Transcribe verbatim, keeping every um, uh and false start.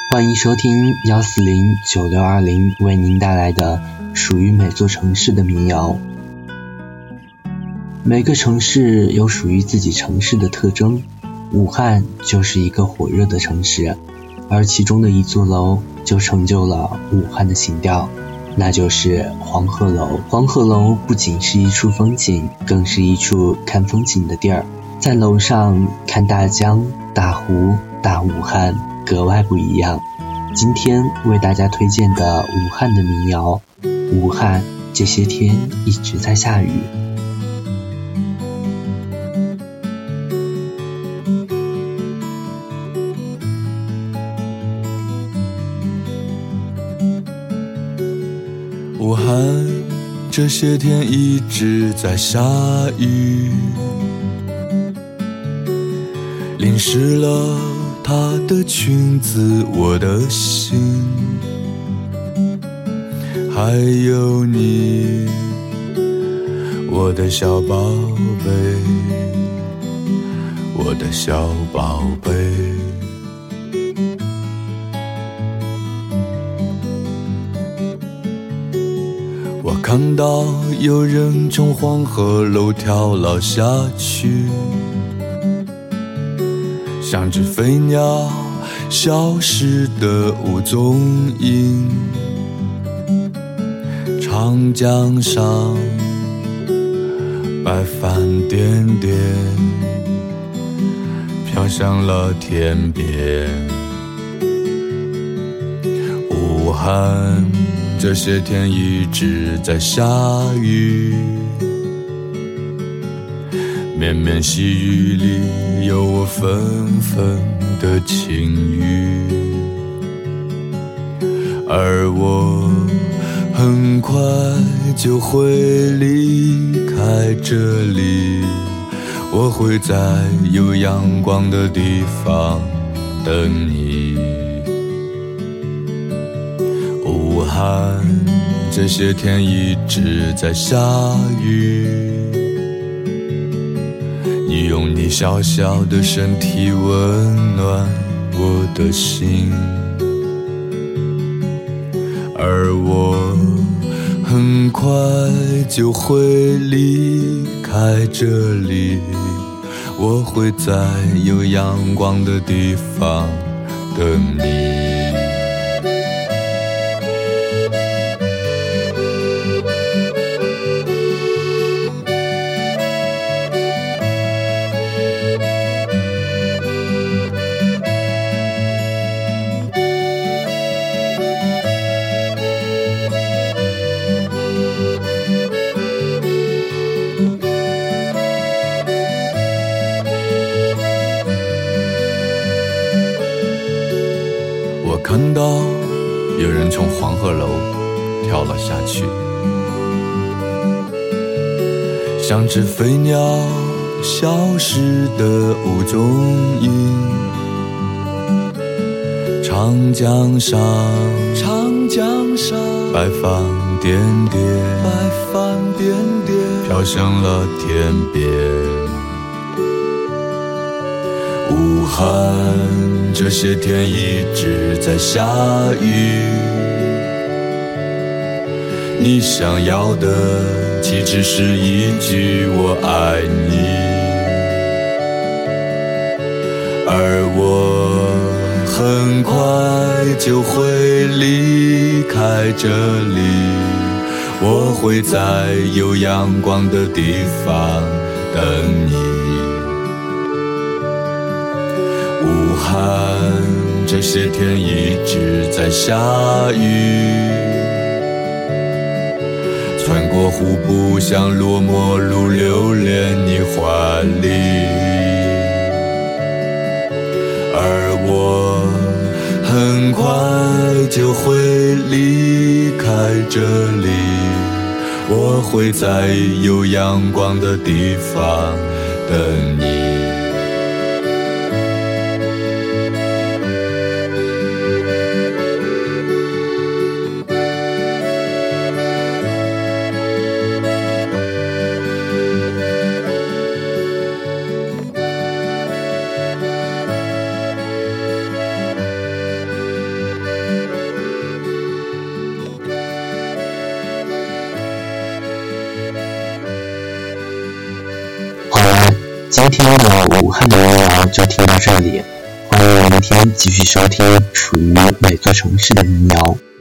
欢迎收听幺四零九六二零为您带来的属于每座城市的民谣。每个城市有属于自己城市的特征，武汉就是一个火热的城市，而其中的一座楼就成就了武汉的情调，那就是黄鹤楼。黄鹤楼不仅是一处风景，更是一处看风景的地儿。在楼上看大江、大湖、大武汉，格外不一样。今天为大家推荐的武汉的民谣，武汉这些天一直在下雨。 武汉这些天一直在下雨，淋湿了她的裙子，我的心，还有你，我的小宝贝，我的小宝贝。我看到有人从黄鹤楼跳了下去，像只飞鸟消失的无踪影。长江上白帆点点飘向了天边。武汉这些天一直在下雨，绵绵细雨里有我纷纷的情语，而我很快就会离开这里，我会在有阳光的地方等你。武汉这些天一直在下雨，你用你小小的身体温暖我的心，而我很快就会离开这里，我会在有阳光的地方等你。我看到有人从黄鹤楼跳了下去，像只飞鸟消失的无踪影。长江上长江上白帆点点白帆点点飘向了天边。武汉这些天一直在下雨，你想要的岂只是一句我爱你，而我很快就会离开这里，我会在有阳光的地方等你。武汉这些天一直在下雨，穿过湖泊像落寞路留恋你怀里，而我很快就会离开这里，我会在有阳光的地方等你。 今天的武汉的民谣就听到这里，欢迎明天继续收听属于每座城市的民谣。